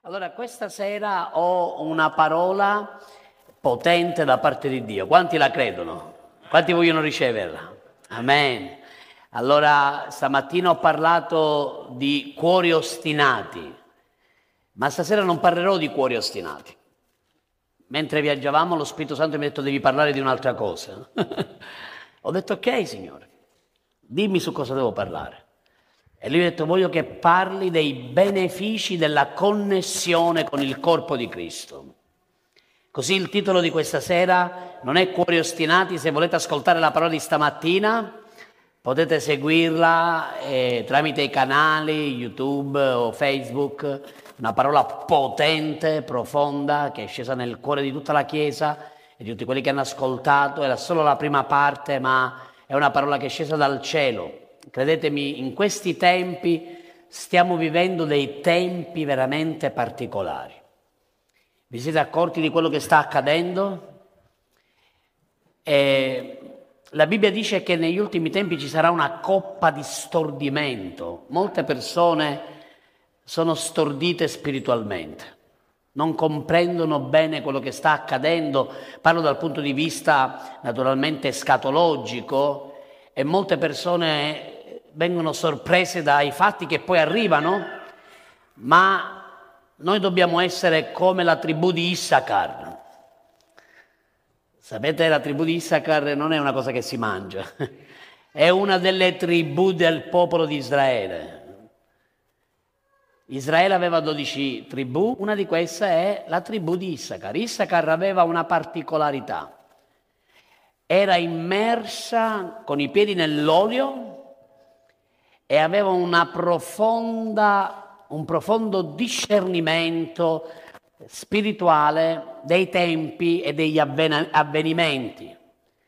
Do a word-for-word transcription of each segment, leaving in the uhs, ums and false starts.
Allora, questa sera ho una parola potente da parte di Dio. Quanti la credono? Quanti vogliono riceverla? Amen. Allora, stamattina ho parlato di cuori ostinati, ma stasera non parlerò di cuori ostinati. Mentre viaggiavamo, lo Spirito Santo mi ha detto: devi parlare di un'altra cosa. Ho detto: ok, Signore, dimmi su cosa devo parlare. E lui ha detto: voglio che parli dei benefici della connessione con il corpo di Cristo. Così il titolo di questa sera non è Cuori ostinati. Se volete ascoltare la parola di stamattina, potete seguirla eh, tramite i canali YouTube o Facebook. Una parola potente, profonda, che è scesa nel cuore di tutta la Chiesa e di tutti quelli che hanno ascoltato. Era solo la prima parte, ma è una parola che è scesa dal cielo. Credetemi, in questi tempi stiamo vivendo dei tempi veramente particolari. Vi siete accorti di quello che sta accadendo? E la Bibbia dice che negli ultimi tempi ci sarà una coppa di stordimento. Molte persone sono stordite spiritualmente, non comprendono bene quello che sta accadendo. Parlo dal punto di vista naturalmente escatologico, e molte persone vengono sorprese dai fatti che poi arrivano, ma noi dobbiamo essere come la tribù di Issacar. Sapete, la tribù di Issacar non è una cosa che si mangia, è una delle tribù del popolo di Israele. Israele aveva dodici tribù, una di queste è la tribù di Issacar. Issacar aveva una particolarità: era immersa con i piedi nell'olio e aveva una profonda, un profondo discernimento spirituale dei tempi e degli avven- avvenimenti.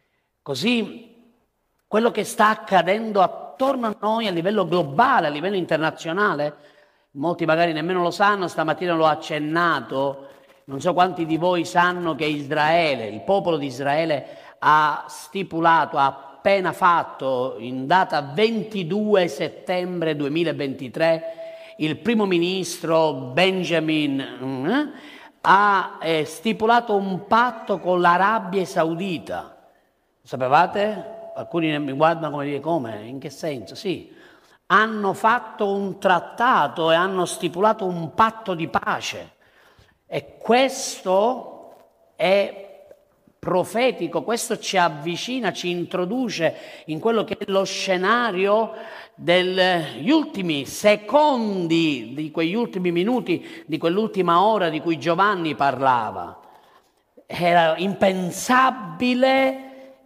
Così quello che sta accadendo attorno a noi a livello globale, a livello internazionale, molti magari nemmeno lo sanno, stamattina l'ho accennato, non so quanti di voi sanno che Israele, il popolo di Israele, ha stipulato, ha appena fatto, in data ventidue settembre duemilaventitré, il primo ministro Benjamin eh, ha eh, stipulato un patto con l'Arabia Saudita. Lo sapevate? Alcuni mi guardano come dire: come? In che senso? Sì, hanno fatto un trattato e hanno stipulato un patto di pace, e questo è profetico, questo ci avvicina, ci introduce in quello che è lo scenario degli ultimi secondi, di quegli ultimi minuti, di quell'ultima ora di cui Giovanni parlava. Era impensabile,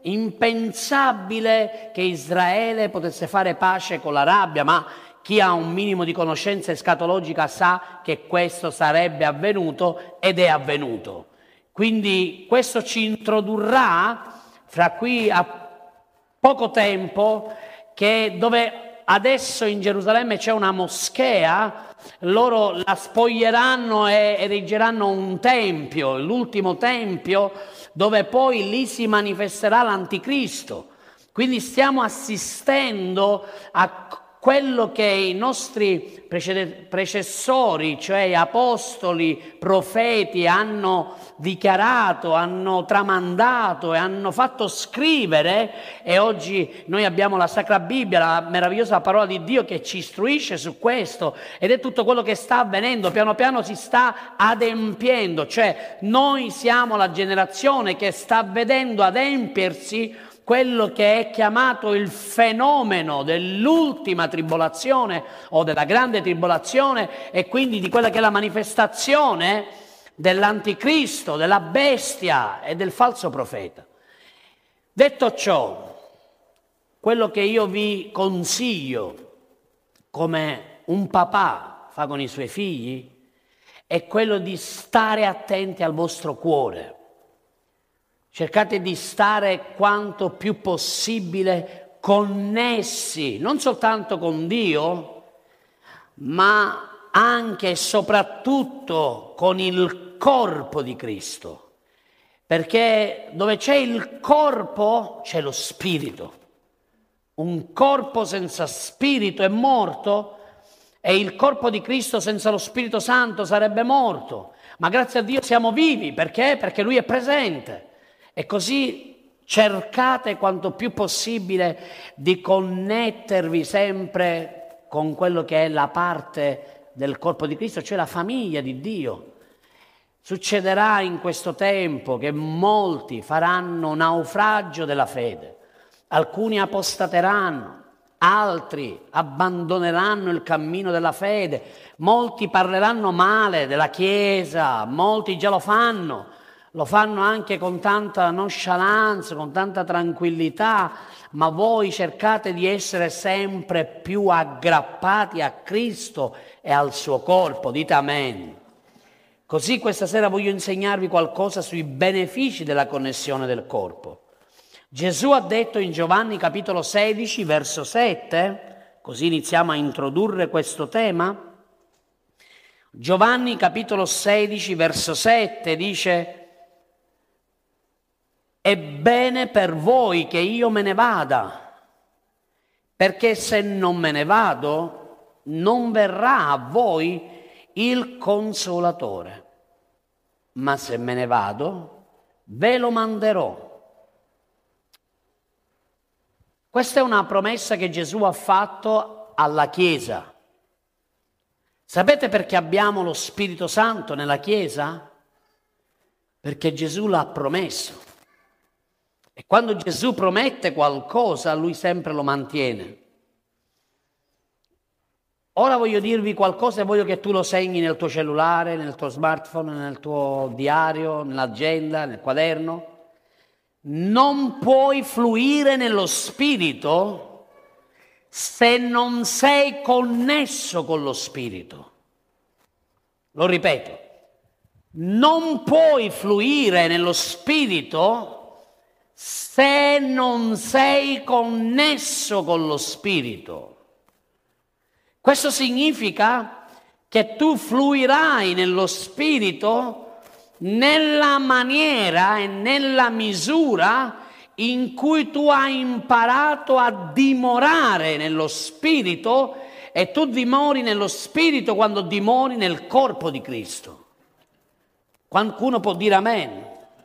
impensabile che Israele potesse fare pace con l'Arabia, ma chi ha un minimo di conoscenza escatologica sa che questo sarebbe avvenuto ed è avvenuto. Quindi questo ci introdurrà fra qui a poco tempo, che dove adesso in Gerusalemme c'è una moschea, loro la spoglieranno e erigeranno un tempio, l'ultimo tempio, dove poi lì si manifesterà l'anticristo. Quindi stiamo assistendo a quello che i nostri precessori, cioè apostoli, profeti, hanno dichiarato, hanno tramandato e hanno fatto scrivere, e oggi noi abbiamo la Sacra Bibbia, la meravigliosa parola di Dio che ci istruisce su questo, ed è tutto quello che sta avvenendo, piano piano si sta adempiendo, cioè noi siamo la generazione che sta vedendo adempiersi quello che è chiamato il fenomeno dell'ultima tribolazione o della grande tribolazione, e quindi di quella che è la manifestazione dell'anticristo, della bestia e del falso profeta. Detto ciò, quello che io vi consiglio, come un papà fa con i suoi figli, è quello di stare attenti al vostro cuore. Cercate di stare quanto più possibile connessi, non soltanto con Dio, ma anche e soprattutto con il corpo di Cristo. Perché dove c'è il corpo c'è lo spirito. Un corpo senza spirito è morto, E il corpo di Cristo senza lo Spirito Santo sarebbe morto. Ma grazie a Dio siamo vivi. Perché? Perché Lui è presente. E così cercate quanto più possibile di connettervi sempre con quello che è la parte del corpo di Cristo, cioè la famiglia di Dio. Succederà in questo tempo che molti faranno naufragio della fede, alcuni apostateranno, altri abbandoneranno il cammino della fede, molti parleranno male della Chiesa, molti già lo fanno, lo fanno anche con tanta nonchalance, con tanta tranquillità, ma voi cercate di essere sempre più aggrappati a Cristo e al suo corpo, dite amen. Così questa sera voglio insegnarvi qualcosa sui benefici della connessione del corpo. Gesù ha detto in Giovanni capitolo sedici, verso sette, così iniziamo a introdurre questo tema. Giovanni capitolo sedici, verso sette dice: «È bene per voi che io me ne vada, perché se non me ne vado, non verrà a voi il Consolatore. Ma se me ne vado, ve lo manderò». Questa è una promessa che Gesù ha fatto alla Chiesa. Sapete perché abbiamo lo Spirito Santo nella Chiesa? Perché Gesù l'ha promesso. E quando Gesù promette qualcosa, Lui sempre lo mantiene. Ora voglio dirvi qualcosa e voglio che tu lo segni nel tuo cellulare, nel tuo smartphone, nel tuo diario, nell'agenda, nel quaderno. Non puoi fluire nello Spirito se non sei connesso con lo Spirito. Lo ripeto, non puoi fluire nello Spirito se non sei connesso con lo Spirito. Questo significa che tu fluirai nello Spirito nella maniera e nella misura in cui tu hai imparato a dimorare nello Spirito, e tu dimori nello Spirito quando dimori nel corpo di Cristo. Qualcuno può dire amen.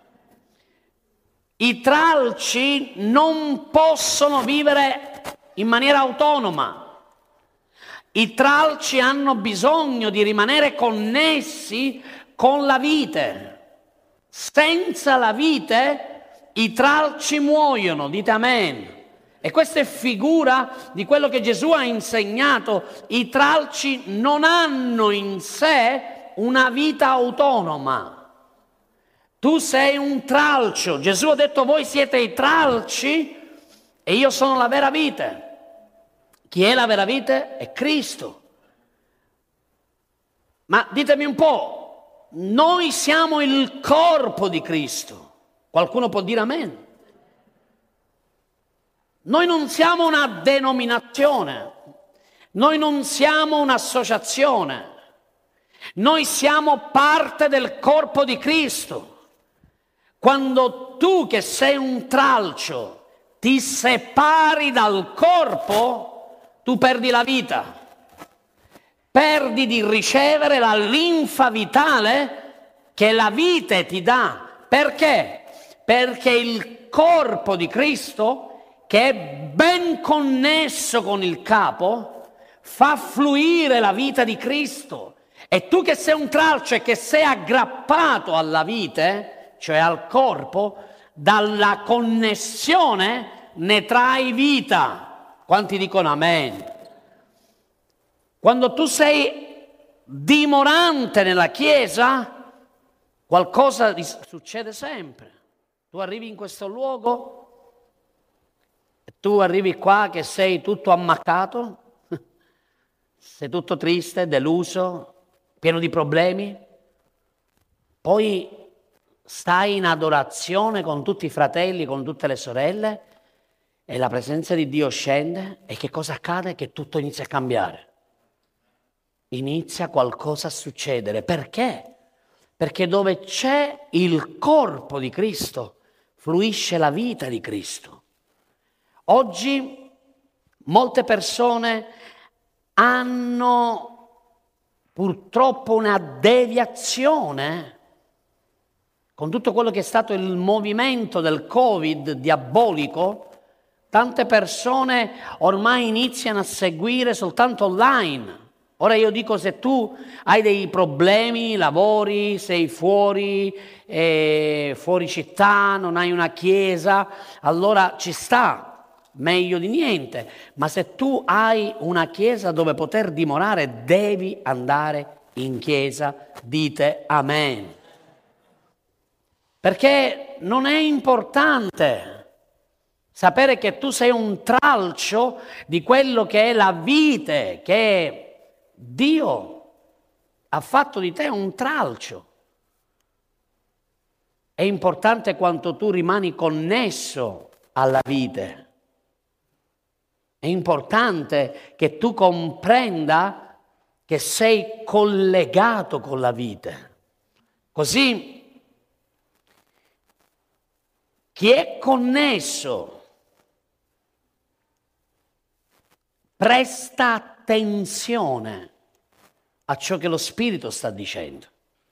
I tralci non possono vivere in maniera autonoma. I tralci hanno bisogno di rimanere connessi con la vite. Senza la vite i tralci muoiono, dite amen. E questa è figura di quello che Gesù ha insegnato. I tralci non hanno in sé una vita autonoma. Tu sei un tralcio. Gesù ha detto: voi siete i tralci e io sono la vera vite. Chi è la vera vite? È Cristo. Ma ditemi un po', noi siamo il corpo di Cristo. Qualcuno può dire amen? Noi non siamo una denominazione, noi non siamo un'associazione, noi siamo parte del corpo di Cristo. Quando tu, che sei un tralcio, ti separi dal corpo, tu perdi la vita, perdi di ricevere la linfa vitale che la vite ti dà. Perché? Perché il corpo di Cristo, che è ben connesso con il capo, fa fluire la vita di Cristo. E tu che sei un tralcio e che sei aggrappato alla vite, cioè al corpo, dalla connessione ne trai vita. Quanti dicono amen? Quando tu sei dimorante nella Chiesa, qualcosa succede sempre. Tu arrivi in questo luogo e tu arrivi qua che sei tutto ammaccato, sei tutto triste, deluso, pieno di problemi. Poi stai in adorazione con tutti i fratelli, con tutte le sorelle, e la presenza di Dio scende, e che cosa accade? Che tutto inizia a cambiare. Inizia qualcosa a succedere. Perché? Perché dove c'è il corpo di Cristo, fluisce la vita di Cristo. Oggi molte persone hanno purtroppo una deviazione con tutto quello che è stato il movimento del Covid diabolico. Tante persone ormai iniziano a seguire soltanto online. Ora io dico, se tu hai dei problemi, lavori, sei fuori, eh, fuori città, non hai una chiesa, allora ci sta, meglio di niente. Ma se tu hai una chiesa dove poter dimorare, devi andare in chiesa, dite amen. Perché non è importante sapere che tu sei un tralcio di quello che è la vite, che Dio ha fatto di te un tralcio. È importante quanto tu rimani connesso alla vite. È importante che tu comprenda che sei collegato con la vite. Così chi è connesso presta attenzione a ciò che lo Spirito sta dicendo.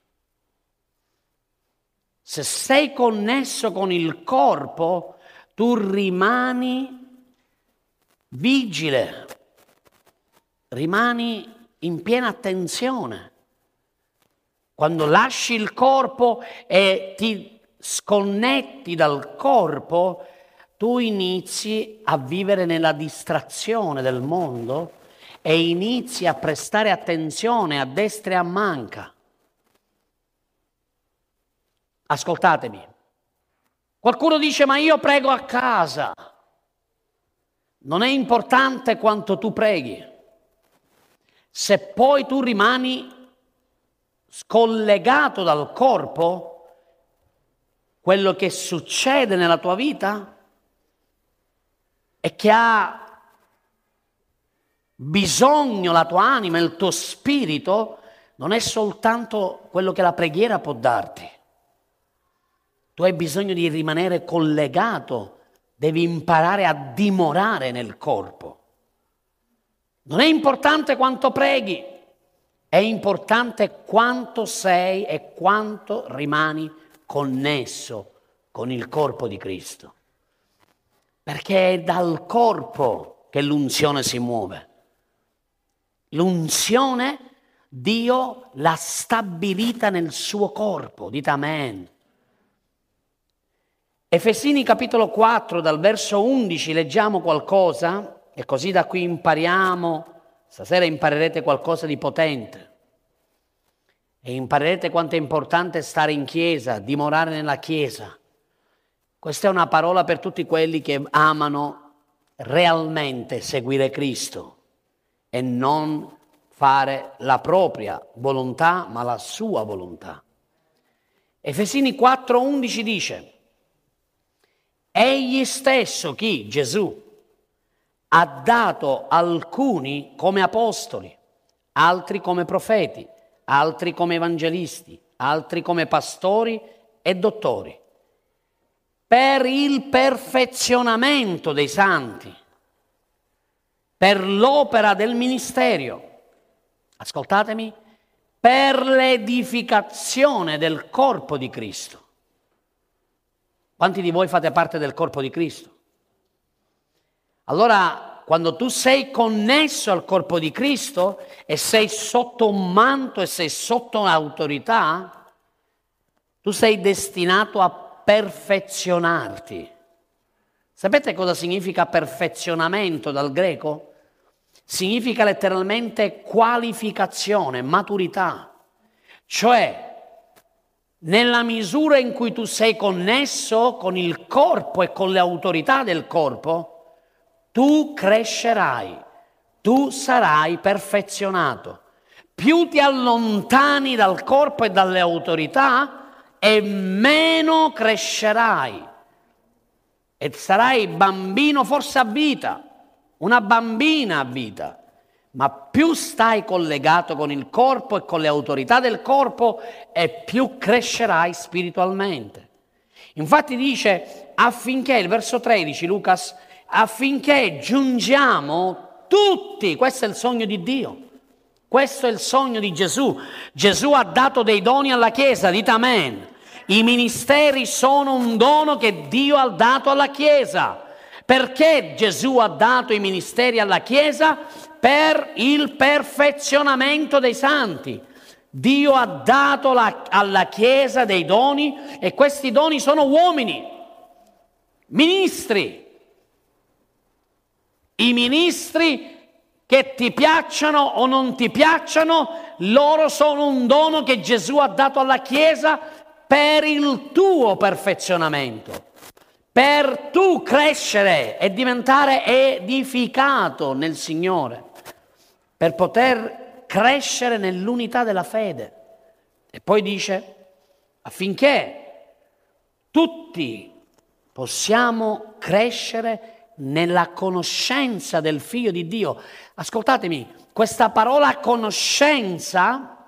Se sei connesso con il corpo, tu rimani vigile, rimani in piena attenzione. Quando lasci il corpo e ti sconnetti dal corpo, tu inizi a vivere nella distrazione del mondo e inizi a prestare attenzione a destra e a manca. Ascoltatemi. Qualcuno dice: ma io prego a casa. Non è importante quanto tu preghi. Se poi tu rimani scollegato dal corpo, quello che succede nella tua vita è che ha bisogno la tua anima, il tuo spirito, non è soltanto quello che la preghiera può darti. Tu hai bisogno di rimanere collegato, devi imparare a dimorare nel corpo. Non è importante quanto preghi, è importante quanto sei e quanto rimani connesso con il corpo di Cristo. Perché è dal corpo che l'unzione si muove. L'unzione Dio l'ha stabilita nel suo corpo, dite amen. Efesini capitolo quattro, dal verso undici, leggiamo qualcosa e così da qui impariamo, stasera imparerete qualcosa di potente e imparerete quanto è importante stare in chiesa, dimorare nella chiesa. Questa è una parola per tutti quelli che amano realmente seguire Cristo e non fare la propria volontà, ma la sua volontà. Efesini quattro undici dice: egli stesso, chi? Gesù, ha dato alcuni come apostoli, altri come profeti, altri come evangelisti, altri come pastori e dottori, per il perfezionamento dei santi, per l'opera del ministerio, ascoltatemi, per l'edificazione del corpo di Cristo. Quanti di voi fate parte del corpo di Cristo? Allora, quando tu sei connesso al corpo di Cristo e sei sotto un manto e sei sotto un'autorità, tu sei destinato a perfezionarti. Sapete cosa significa perfezionamento dal greco? Significa letteralmente qualificazione, maturità. Cioè, nella misura in cui tu sei connesso con il corpo e con le autorità del corpo, tu crescerai, tu sarai perfezionato. Più ti allontani dal corpo e dalle autorità, e meno crescerai. E sarai bambino forse a vita, una bambina a vita. Ma più stai collegato con il corpo e con le autorità del corpo e più crescerai spiritualmente. Infatti dice affinché, il verso tredici, Lucas, affinché giungiamo Tutti, questo è il sogno di Dio. Questo è il sogno di Gesù. Gesù ha dato dei doni alla Chiesa, dite amen. I ministeri sono un dono che Dio ha dato alla Chiesa. Perché Gesù ha dato i ministeri alla Chiesa? Per il perfezionamento dei santi. Dio ha dato la, alla Chiesa dei doni e questi doni sono uomini, ministri. I ministri che ti piacciono o non ti piacciono, loro sono un dono che Gesù ha dato alla Chiesa per il tuo perfezionamento, per tu crescere e diventare edificato nel Signore, per poter crescere nell'unità della fede. E poi dice, affinché tutti possiamo crescere nella conoscenza del Figlio di Dio. Ascoltatemi, questa parola conoscenza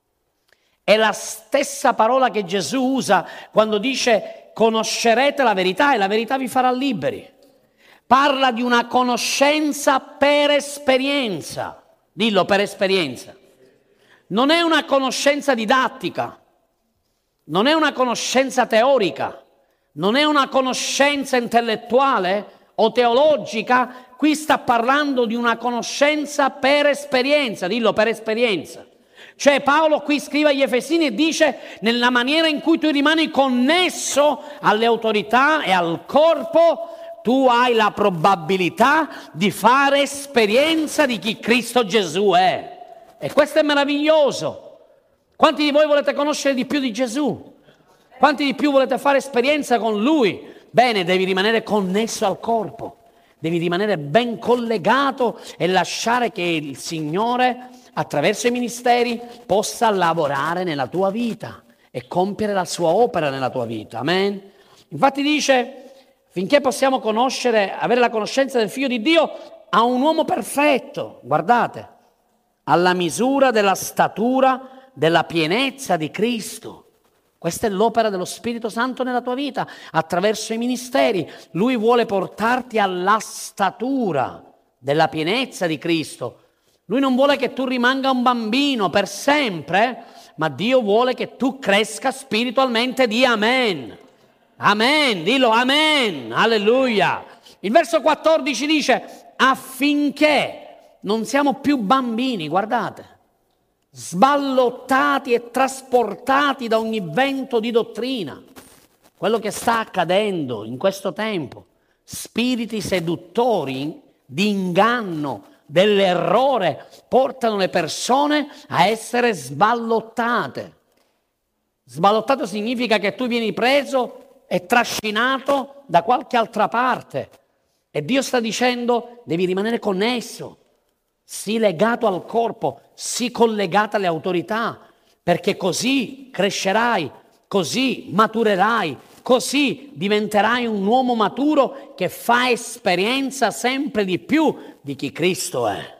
è la stessa parola che Gesù usa quando dice conoscerete la verità e la verità vi farà liberi. Parla di una conoscenza per esperienza. Dillo, per esperienza. Non è una conoscenza didattica, non è una conoscenza teorica, non è una conoscenza intellettuale o teologica, qui sta parlando di una conoscenza per esperienza, dillo, per esperienza. Cioè Paolo qui scrive agli Efesini e dice nella maniera in cui tu rimani connesso alle autorità e al corpo, tu hai la probabilità di fare esperienza di chi Cristo Gesù è. E questo è meraviglioso. Quanti di voi volete conoscere di più di Gesù? Quanti di più volete fare esperienza con Lui? Bene, devi rimanere connesso al corpo, devi rimanere ben collegato e lasciare che il Signore, attraverso i ministeri, possa lavorare nella tua vita e compiere la sua opera nella tua vita. Amen? Infatti dice, finché possiamo conoscere, avere la conoscenza del Figlio di Dio, a un uomo perfetto, guardate, alla misura della statura, della pienezza di Cristo. Questa è l'opera dello Spirito Santo nella tua vita, attraverso i ministeri. Lui vuole portarti alla statura della pienezza di Cristo. Lui non vuole che tu rimanga un bambino per sempre, ma Dio vuole che tu cresca spiritualmente. Di amen. Amen, dillo amen, alleluia. Il verso quattordici dice, affinché non siamo più bambini, guardate, sballottati e trasportati da ogni vento di dottrina. Quello che sta accadendo in questo tempo, spiriti seduttori di inganno, dell'errore, portano le persone a essere sballottate. Sballottato significa che tu vieni preso e trascinato da qualche altra parte. E Dio sta dicendo, devi rimanere connesso. Sii legato al corpo, sii collegato alle autorità, perché così crescerai, così maturerai, così diventerai un uomo maturo che fa esperienza sempre di più di chi Cristo è.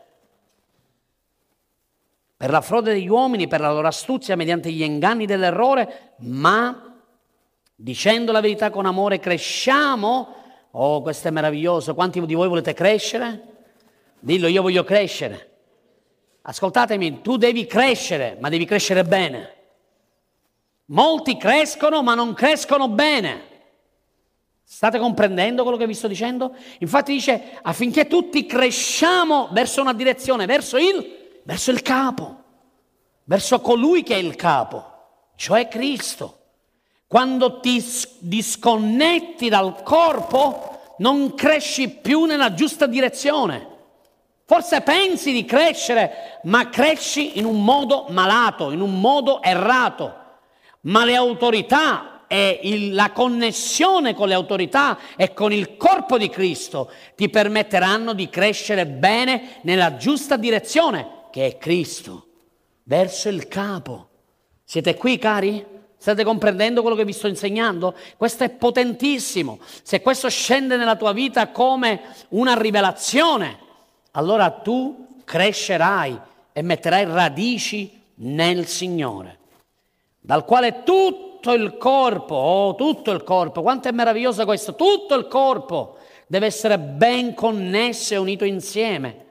Per la frode degli uomini, per la loro astuzia, mediante gli inganni dell'errore, ma dicendo la verità con amore cresciamo. Oh, questo è meraviglioso. Quanti di voi volete crescere? Dillo, io voglio crescere. Ascoltatemi, tu devi crescere, ma devi crescere bene. Molti crescono, ma non crescono bene. State comprendendo quello che vi sto dicendo? Infatti dice, affinché tutti cresciamo verso una direzione, verso il, verso il capo, verso colui che è il capo, cioè Cristo. Quando ti disconnetti dal corpo, non cresci più nella giusta direzione. Forse pensi di crescere, ma cresci in un modo malato, in un modo errato. Ma le autorità e il, la connessione con le autorità e con il corpo di Cristo ti permetteranno di crescere bene nella giusta direzione, che è Cristo, verso il capo. Siete qui, cari? State comprendendo quello che vi sto insegnando? Questo è potentissimo. Se questo scende nella tua vita come una rivelazione, allora tu crescerai e metterai radici nel Signore, dal quale tutto il corpo, oh, tutto il corpo, quanto è meraviglioso questo, tutto il corpo deve essere ben connesso e unito insieme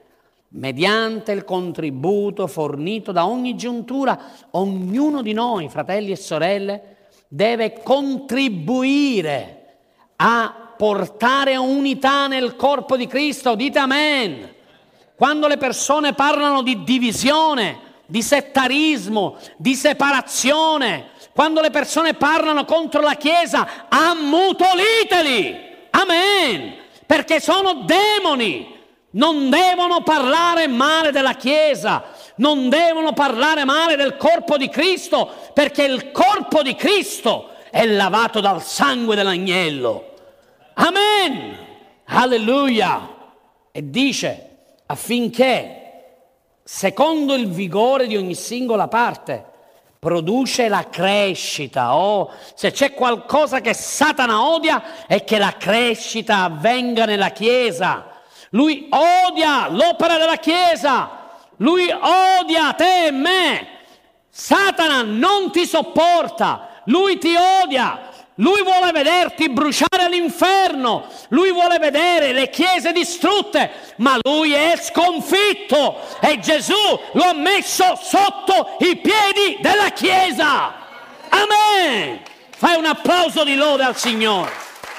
mediante il contributo fornito da ogni giuntura, ognuno di noi, fratelli e sorelle, deve contribuire a portare unità nel corpo di Cristo. Dite amen. Quando le persone parlano di divisione, di settarismo, di separazione, quando le persone parlano contro la Chiesa, ammutoliteli. Amen. Perché sono demoni. Non devono parlare male della Chiesa, non devono parlare male del corpo di Cristo, perché il corpo di Cristo è lavato dal sangue dell'agnello. Amen. Alleluia. E dice, affinché, secondo il vigore di ogni singola parte, produce la crescita. Oh, se c'è qualcosa che Satana odia, è che la crescita avvenga nella Chiesa. Lui odia l'opera della Chiesa, lui odia te e me. Satana non ti sopporta, lui ti odia, lui vuole vederti bruciare all'inferno, lui vuole vedere le chiese distrutte, ma lui è sconfitto e Gesù lo ha messo sotto i piedi della Chiesa. Amen. Fai un applauso di lode al Signore.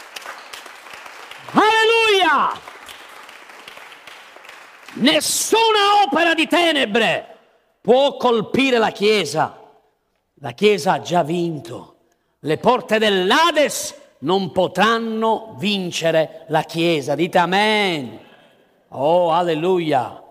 Alleluia. Nessuna opera di tenebre può colpire la Chiesa. La Chiesa ha già vinto. Le porte dell'Ades non potranno vincere la Chiesa. Dite amen. Oh, alleluia.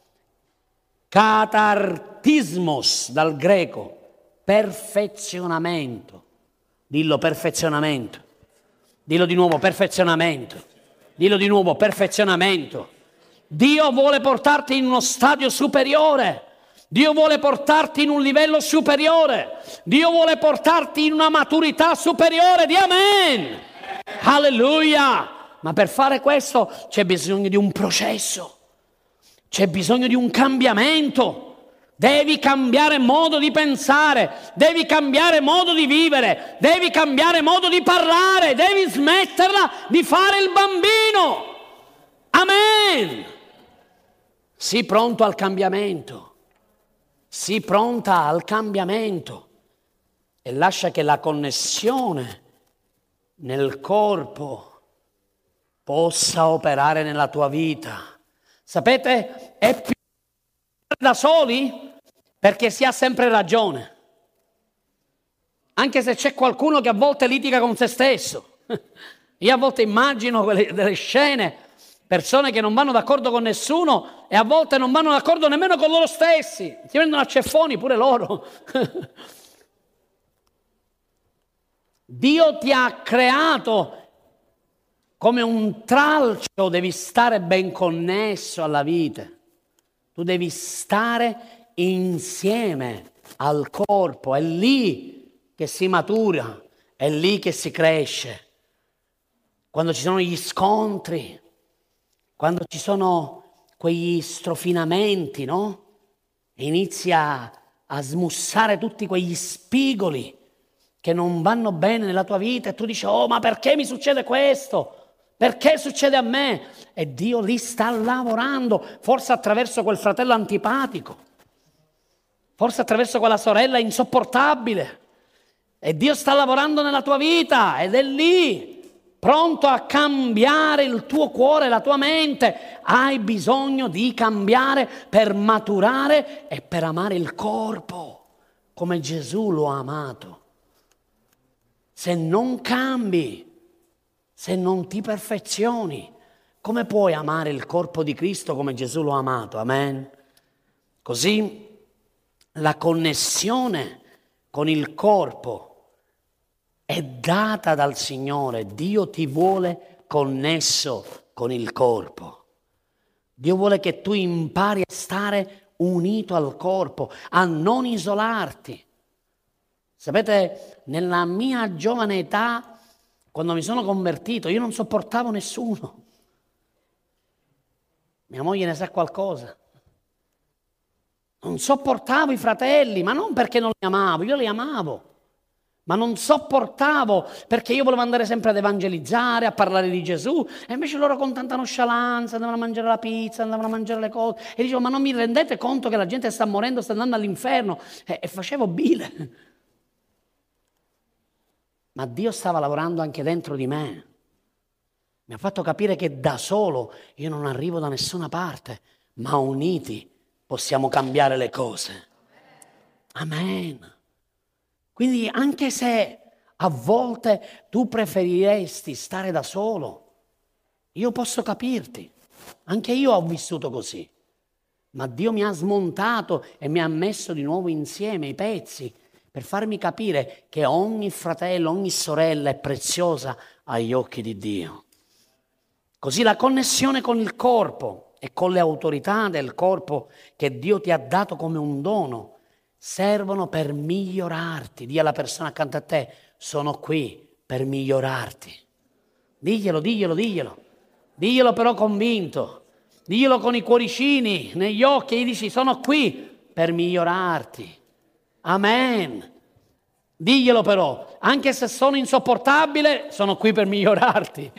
Catartismos, dal greco, perfezionamento. Dillo, perfezionamento. Dillo di nuovo, perfezionamento. Dillo di nuovo, perfezionamento. Dio vuole portarti in uno stadio superiore. Dio vuole portarti in un livello superiore. Dio vuole portarti in una maturità superiore. Di amen. Alleluia. Ma per fare questo c'è bisogno di un processo. C'è bisogno di un cambiamento. Devi cambiare modo di pensare. Devi cambiare modo di vivere. Devi cambiare modo di parlare. Devi smetterla di fare il bambino. Amen. Sii pronto al cambiamento, sii pronta al cambiamento e lascia che la connessione nel corpo possa operare nella tua vita. Sapete, è più da soli perché si ha sempre ragione, anche se c'è qualcuno che a volte litiga con se stesso. Io a volte immagino quelle, delle scene, persone che non vanno d'accordo con nessuno e a volte non vanno d'accordo nemmeno con loro stessi. Si prendono a ceffoni pure loro. Dio ti ha creato come un tralcio, devi stare ben connesso alla vite. Tu devi stare insieme al corpo, è lì che si matura, è lì che si cresce. Quando ci sono gli scontri, quando ci sono quegli strofinamenti, no? E inizia a smussare tutti quegli spigoli che non vanno bene nella tua vita e tu dici, oh, ma perché mi succede questo? Perché succede a me? E Dio lì sta lavorando, forse attraverso quel fratello antipatico, forse attraverso quella sorella insopportabile. E Dio sta lavorando nella tua vita ed è lì, pronto a cambiare il tuo cuore, la tua mente. Hai bisogno di cambiare per maturare e per amare il corpo come Gesù lo ha amato. Se non cambi, se non ti perfezioni, come puoi amare il corpo di Cristo come Gesù lo ha amato? Amen. Così la connessione con il corpo è data dal Signore. Dio ti vuole connesso con il corpo. Dio vuole che tu impari a stare unito al corpo, a non isolarti. Sapete, nella mia giovane età, quando mi sono convertito, io non sopportavo nessuno. Mia moglie ne sa qualcosa. Non sopportavo i fratelli, ma non perché non li amavo, io li amavo. ma non sopportavo, perché io volevo andare sempre ad evangelizzare, a parlare di Gesù, e invece loro con tanta nonchalance andavano a mangiare la pizza, andavano a mangiare le cose, e dicevo, ma non mi rendete conto che la gente sta morendo, sta andando all'inferno? E, e facevo bile. Ma Dio stava lavorando anche dentro di me. Mi ha fatto capire che da solo io non arrivo da nessuna parte, ma uniti possiamo cambiare le cose. Amen. Quindi anche se a volte tu preferiresti stare da solo, io posso capirti. Anche io ho vissuto così. Ma Dio mi ha smontato e mi ha messo di nuovo insieme i pezzi per farmi capire che ogni fratello, ogni sorella è preziosa agli occhi di Dio. Così la connessione con il corpo e con le autorità del corpo che Dio ti ha dato come un dono servono per migliorarti. Dì alla persona accanto a te, sono qui per migliorarti. Diglielo, diglielo, diglielo. Diglielo però convinto. Diglielo con i cuoricini negli occhi e gli dici, sono qui per migliorarti. Amen. Diglielo però, anche se sono insopportabile, sono qui per migliorarti.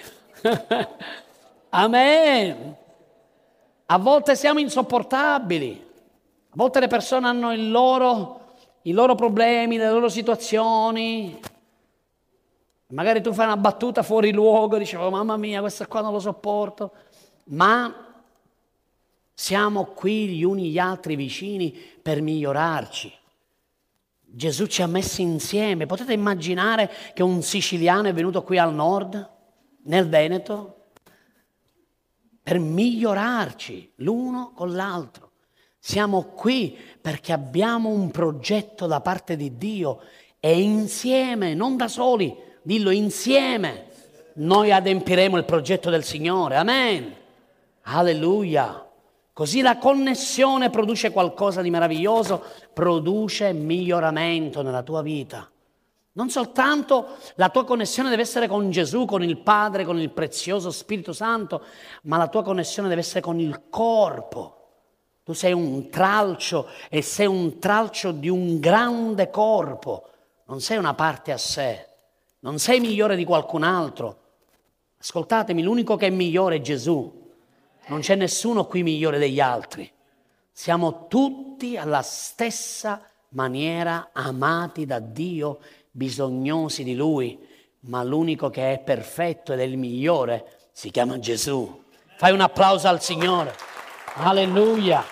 Amen. A volte siamo insopportabili. A volte le persone hanno il loro, i loro problemi, le loro situazioni. Magari tu fai una battuta fuori luogo e dici, oh, mamma mia, questo qua non lo sopporto. Ma siamo qui gli uni gli altri vicini per migliorarci. Gesù ci ha messi insieme. Potete immaginare che un siciliano è venuto qui al nord, nel Veneto, per migliorarci l'uno con l'altro. Siamo qui perché abbiamo un progetto da parte di Dio e insieme, non da soli, dillo insieme, noi adempiremo il progetto del Signore. Amen. Alleluia. Così la connessione produce qualcosa di meraviglioso, produce miglioramento nella tua vita. Non soltanto la tua connessione deve essere con Gesù, con il Padre, con il prezioso Spirito Santo, ma la tua connessione deve essere con il corpo. Tu sei un tralcio e sei un tralcio di un grande corpo, non sei una parte a sé, non sei migliore di qualcun altro. Ascoltatemi, l'unico che è migliore è Gesù. Non c'è nessuno qui migliore degli altri. Siamo tutti alla stessa maniera amati da Dio, bisognosi di Lui, ma l'unico che è perfetto ed è il migliore si chiama Gesù. Fai un applauso al Signore. Alleluia.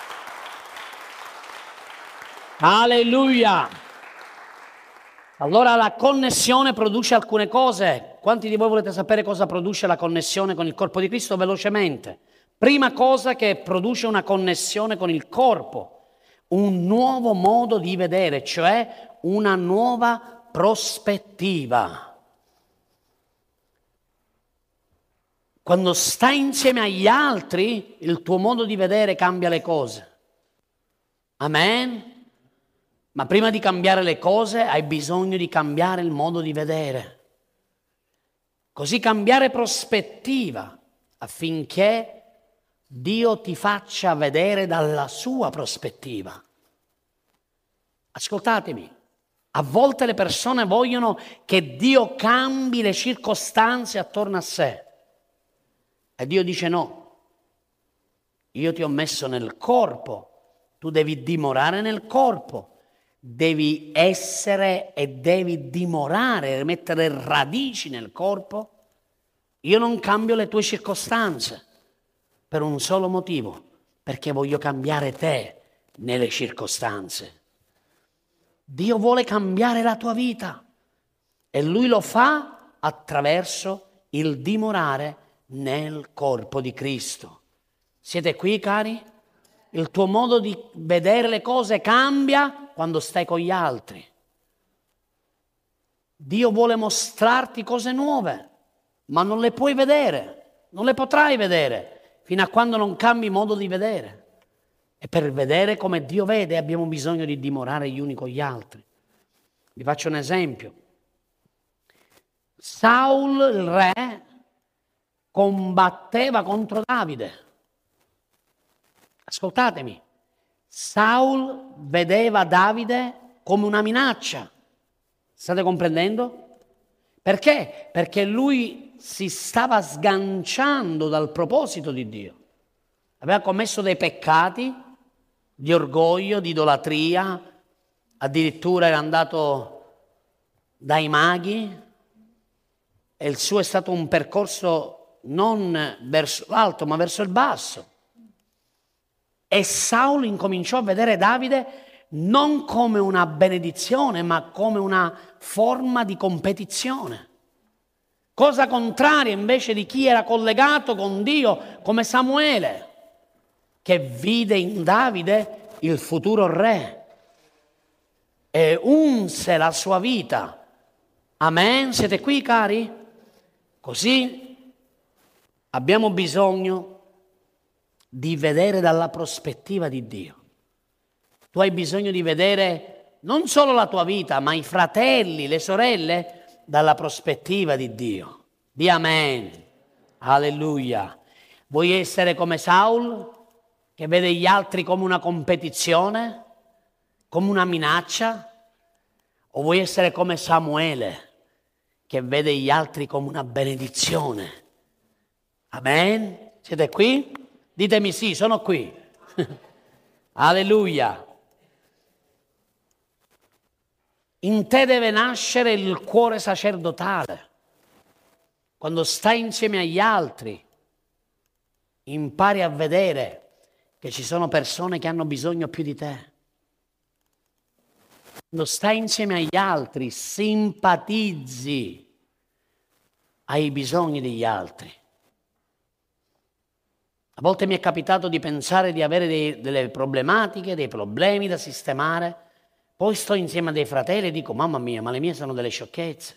Alleluia. Allora la connessione produce alcune cose. Quanti di voi volete sapere cosa produce la connessione con il corpo di Cristo? Velocemente. Prima cosa che produce una connessione con il corpo, un nuovo modo di vedere, cioè una nuova prospettiva. Quando stai insieme agli altri, il tuo modo di vedere cambia le cose. Amen? Ma prima di cambiare le cose hai bisogno di cambiare il modo di vedere. Così cambiare prospettiva affinché Dio ti faccia vedere dalla sua prospettiva. Ascoltatemi, a volte le persone vogliono che Dio cambi le circostanze attorno a sé. E Dio dice no, io ti ho messo nel corpo, tu devi dimorare nel corpo. Devi essere e devi dimorare, mettere radici nel corpo. Io non cambio le tue circostanze per un solo motivo, perché voglio cambiare te nelle circostanze. Dio vuole cambiare la tua vita e Lui lo fa attraverso il dimorare nel corpo di Cristo. Siete qui, cari? Il tuo modo di vedere le cose cambia quando stai con gli altri. Dio vuole mostrarti cose nuove, ma non le puoi vedere, non le potrai vedere fino a quando non cambi modo di vedere. E per vedere come Dio vede abbiamo bisogno di dimorare gli uni con gli altri. Vi faccio un esempio. Saul, il re, combatteva contro Davide. Ascoltatemi, Saul vedeva Davide come una minaccia. State comprendendo? Perché? Perché lui si stava sganciando dal proposito di Dio. Aveva commesso dei peccati di orgoglio, di idolatria, addirittura era andato dai maghi e il suo è stato un percorso non verso l'alto ma verso il basso. E Saulo incominciò a vedere Davide non come una benedizione, ma come una forma di competizione. Cosa contraria invece di chi era collegato con Dio, come Samuele, che vide in Davide il futuro re e unse la sua vita. Amen? Siete qui, cari? Così abbiamo bisogno di vedere dalla prospettiva di Dio. Tu hai bisogno di vedere non solo la tua vita, ma i fratelli, le sorelle, dalla prospettiva di Dio. Di amen. Alleluia. Vuoi essere come Saul, che vede gli altri come una competizione, come una minaccia? O vuoi essere come Samuele, che vede gli altri come una benedizione? Amen? Siete qui? Ditemi sì, sono qui. Alleluia. In te deve nascere il cuore sacerdotale. Quando stai insieme agli altri, impari a vedere che ci sono persone che hanno bisogno più di te. Quando stai insieme agli altri, simpatizzi ai bisogni degli altri. A volte mi è capitato di pensare di avere dei, delle problematiche, dei problemi da sistemare. Poi sto insieme a dei fratelli e dico, mamma mia, ma le mie sono delle sciocchezze.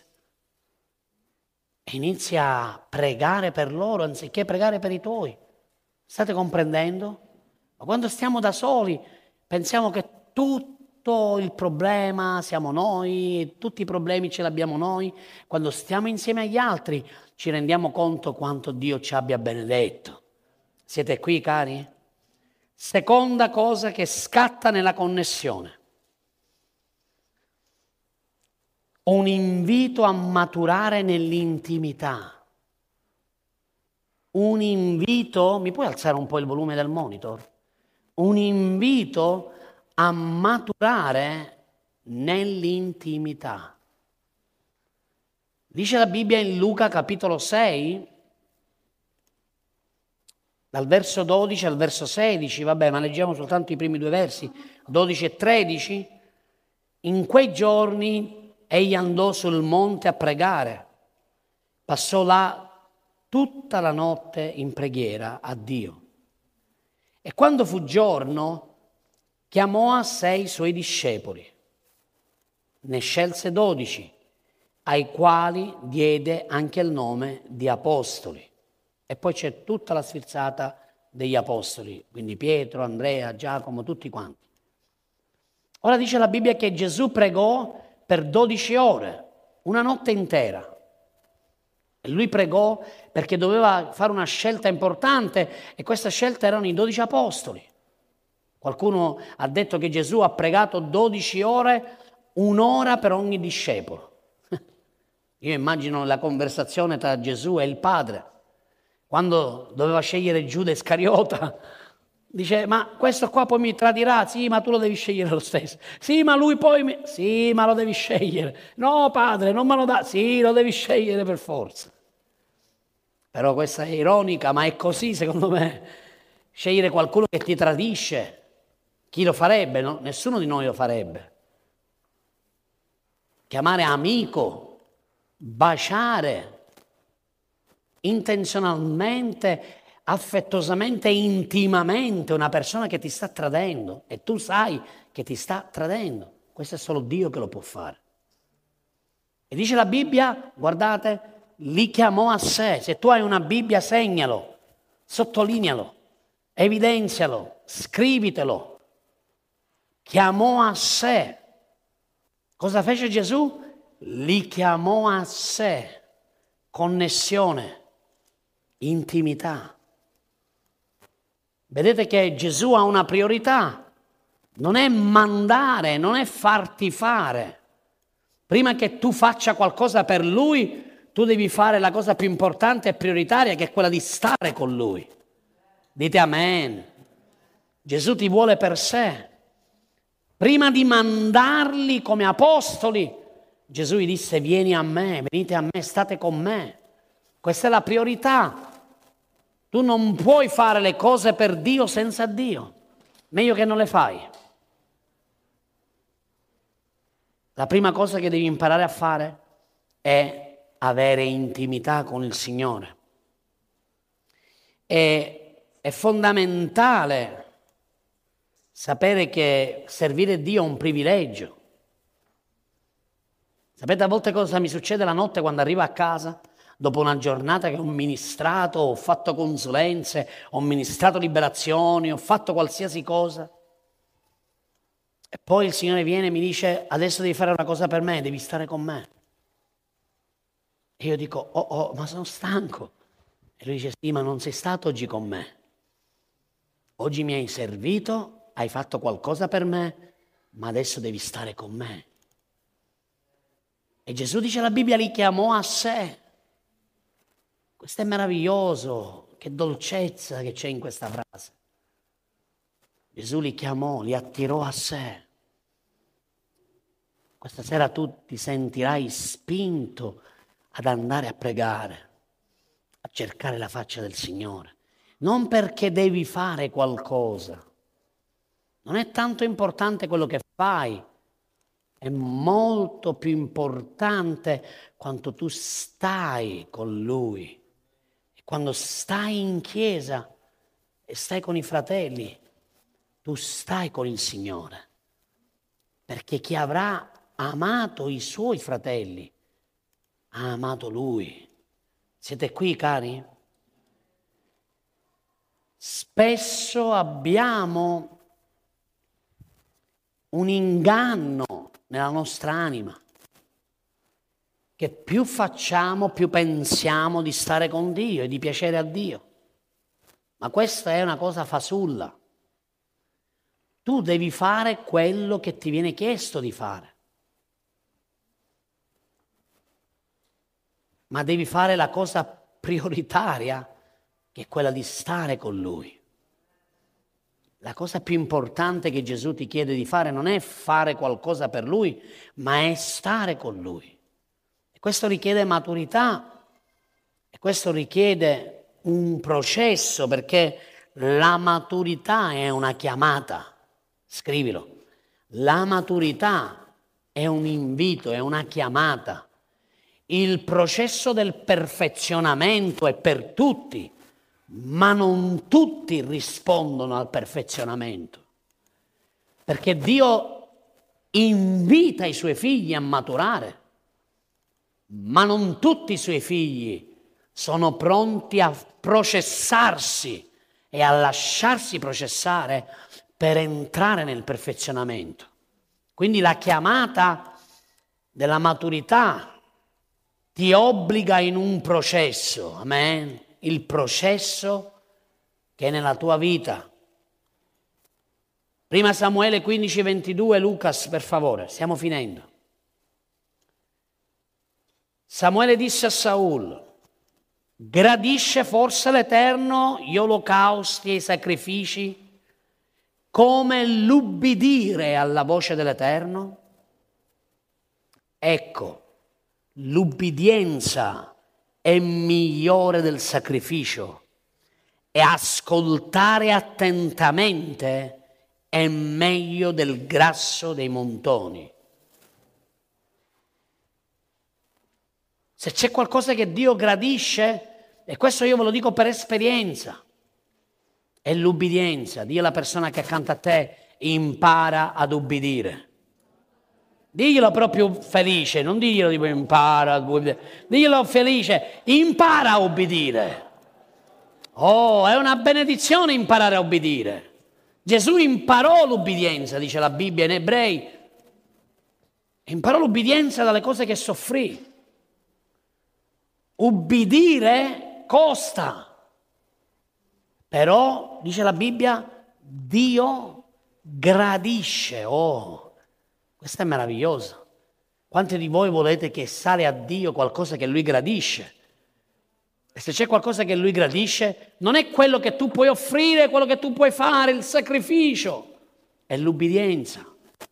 E inizi a pregare per loro anziché pregare per i tuoi. State comprendendo? Ma quando stiamo da soli pensiamo che tutto il problema siamo noi, tutti i problemi ce li abbiamo noi. Quando stiamo insieme agli altri ci rendiamo conto quanto Dio ci abbia benedetto. Siete qui, cari? Seconda cosa che scatta nella connessione. Un invito a maturare nell'intimità. Un invito, mi puoi alzare un po' il volume del monitor? Un invito a maturare nell'intimità. Dice la Bibbia in Luca capitolo sei, dal verso dodici al verso sedici, vabbè, ma leggiamo soltanto i primi due versi, dodici e tredici. In quei giorni egli andò sul monte a pregare, passò là tutta la notte in preghiera a Dio. E quando fu giorno, chiamò a sé i suoi discepoli. Ne scelse dodici, ai quali diede anche il nome di apostoli. E poi c'è tutta la sfilzata degli apostoli, quindi Pietro, Andrea, Giacomo, tutti quanti. Ora dice la Bibbia che Gesù pregò per dodici ore, una notte intera. E lui pregò perché doveva fare una scelta importante e questa scelta erano i dodici apostoli. Qualcuno ha detto che Gesù ha pregato dodici ore, un'ora per ogni discepolo. Io immagino la conversazione tra Gesù e il Padre. Quando doveva scegliere Giuda Iscariota, dice, ma questo qua poi mi tradirà? Sì, ma tu lo devi scegliere lo stesso. Sì, ma lui poi mi... Sì, ma lo devi scegliere. No, padre, non me lo dà. Sì, lo devi scegliere per forza. Però questa è ironica, ma è così secondo me. Scegliere qualcuno che ti tradisce. Chi lo farebbe? No? Nessuno di noi lo farebbe. Chiamare amico, baciare, intenzionalmente, affettuosamente, intimamente una persona che ti sta tradendo e tu sai che ti sta tradendo. Questo è solo Dio che lo può fare. E dice la Bibbia, guardate, li chiamò a sé. Se tu hai una Bibbia, segnalo, sottolinealo, evidenzialo, scrivitelo. Chiamò a sé. Cosa fece Gesù? Li chiamò a sé. Connessione, intimità. Vedete che Gesù ha una priorità. Non è mandare, non è farti fare, Prima che tu faccia qualcosa per Lui, tu devi fare la cosa più importante e prioritaria, che è quella di stare con Lui. Dite amen. Gesù ti vuole per sé. Prima di mandarli come apostoli, Gesù gli disse: vieni a me, venite a me, state con me. Questa è la priorità. Tu non puoi fare le cose per Dio senza Dio. Meglio che non le fai. La prima cosa che devi imparare a fare è avere intimità con il Signore. E, è fondamentale sapere che servire Dio è un privilegio. Sapete a volte cosa mi succede la notte quando arrivo a casa? Dopo una giornata che ho ministrato, ho fatto consulenze, ho ministrato liberazioni, ho fatto qualsiasi cosa. E poi il Signore viene e mi dice: adesso devi fare una cosa per me, devi stare con me. E io dico: oh, oh, ma sono stanco. E lui dice: sì, ma non sei stato oggi con me. Oggi mi hai servito, hai fatto qualcosa per me, ma adesso devi stare con me. E Gesù, dice la Bibbia, li chiamò a sé. Questo è meraviglioso, che dolcezza che c'è in questa frase. Gesù li chiamò, li attirò a sé. Questa sera tu ti sentirai spinto ad andare a pregare, a cercare la faccia del Signore. Non perché devi fare qualcosa. Non è tanto importante quello che fai, è molto più importante quanto tu stai con Lui. E quando stai in chiesa e stai con i fratelli, tu stai con il Signore, perché chi avrà amato i suoi fratelli ha amato Lui. Siete qui, cari? Spesso abbiamo un inganno nella nostra anima, che più facciamo, più pensiamo di stare con Dio e di piacere a Dio. Ma questa è una cosa fasulla. Tu devi fare quello che ti viene chiesto di fare. Ma devi fare la cosa prioritaria, che è quella di stare con Lui. La cosa più importante che Gesù ti chiede di fare non è fare qualcosa per Lui, ma è stare con Lui. E questo richiede maturità, e questo richiede un processo, perché la maturità è una chiamata. Scrivilo. La maturità è un invito, è una chiamata. Il processo del perfezionamento è per tutti, ma non tutti rispondono al perfezionamento, perché Dio invita i suoi figli a maturare, ma non tutti i suoi figli sono pronti a processarsi e a lasciarsi processare per entrare nel perfezionamento. Quindi la chiamata della maturità ti obbliga in un processo, amen? Il processo che è nella tua vita. Prima Samuele quindici ventidue, Lucas, per favore, stiamo finendo. Samuele disse a Saul: gradisce forse l'Eterno gli olocausti e i sacrifici come l'ubbidire alla voce dell'Eterno? Ecco, l'ubbidienza è migliore del sacrificio e ascoltare attentamente è meglio del grasso dei montoni. Se c'è qualcosa che Dio gradisce, e questo io ve lo dico per esperienza, è l'ubbidienza. Dì alla persona che accanto a te: impara ad ubbidire. Diglielo proprio felice, non diglielo tipo impara ad ubbidire. Diglielo felice: impara a ubbidire. Oh, è una benedizione imparare a ubbidire. Gesù imparò l'ubbidienza, dice la Bibbia in Ebrei. Imparò l'ubbidienza dalle cose che soffrì. Ubbidire costa. Però, dice la Bibbia, Dio gradisce. Oh, questo è meraviglioso. Quanti di voi volete che sale a Dio qualcosa che Lui gradisce? E se c'è qualcosa che Lui gradisce, non è quello che tu puoi offrire, quello che tu puoi fare, il sacrificio, è l'ubbidienza.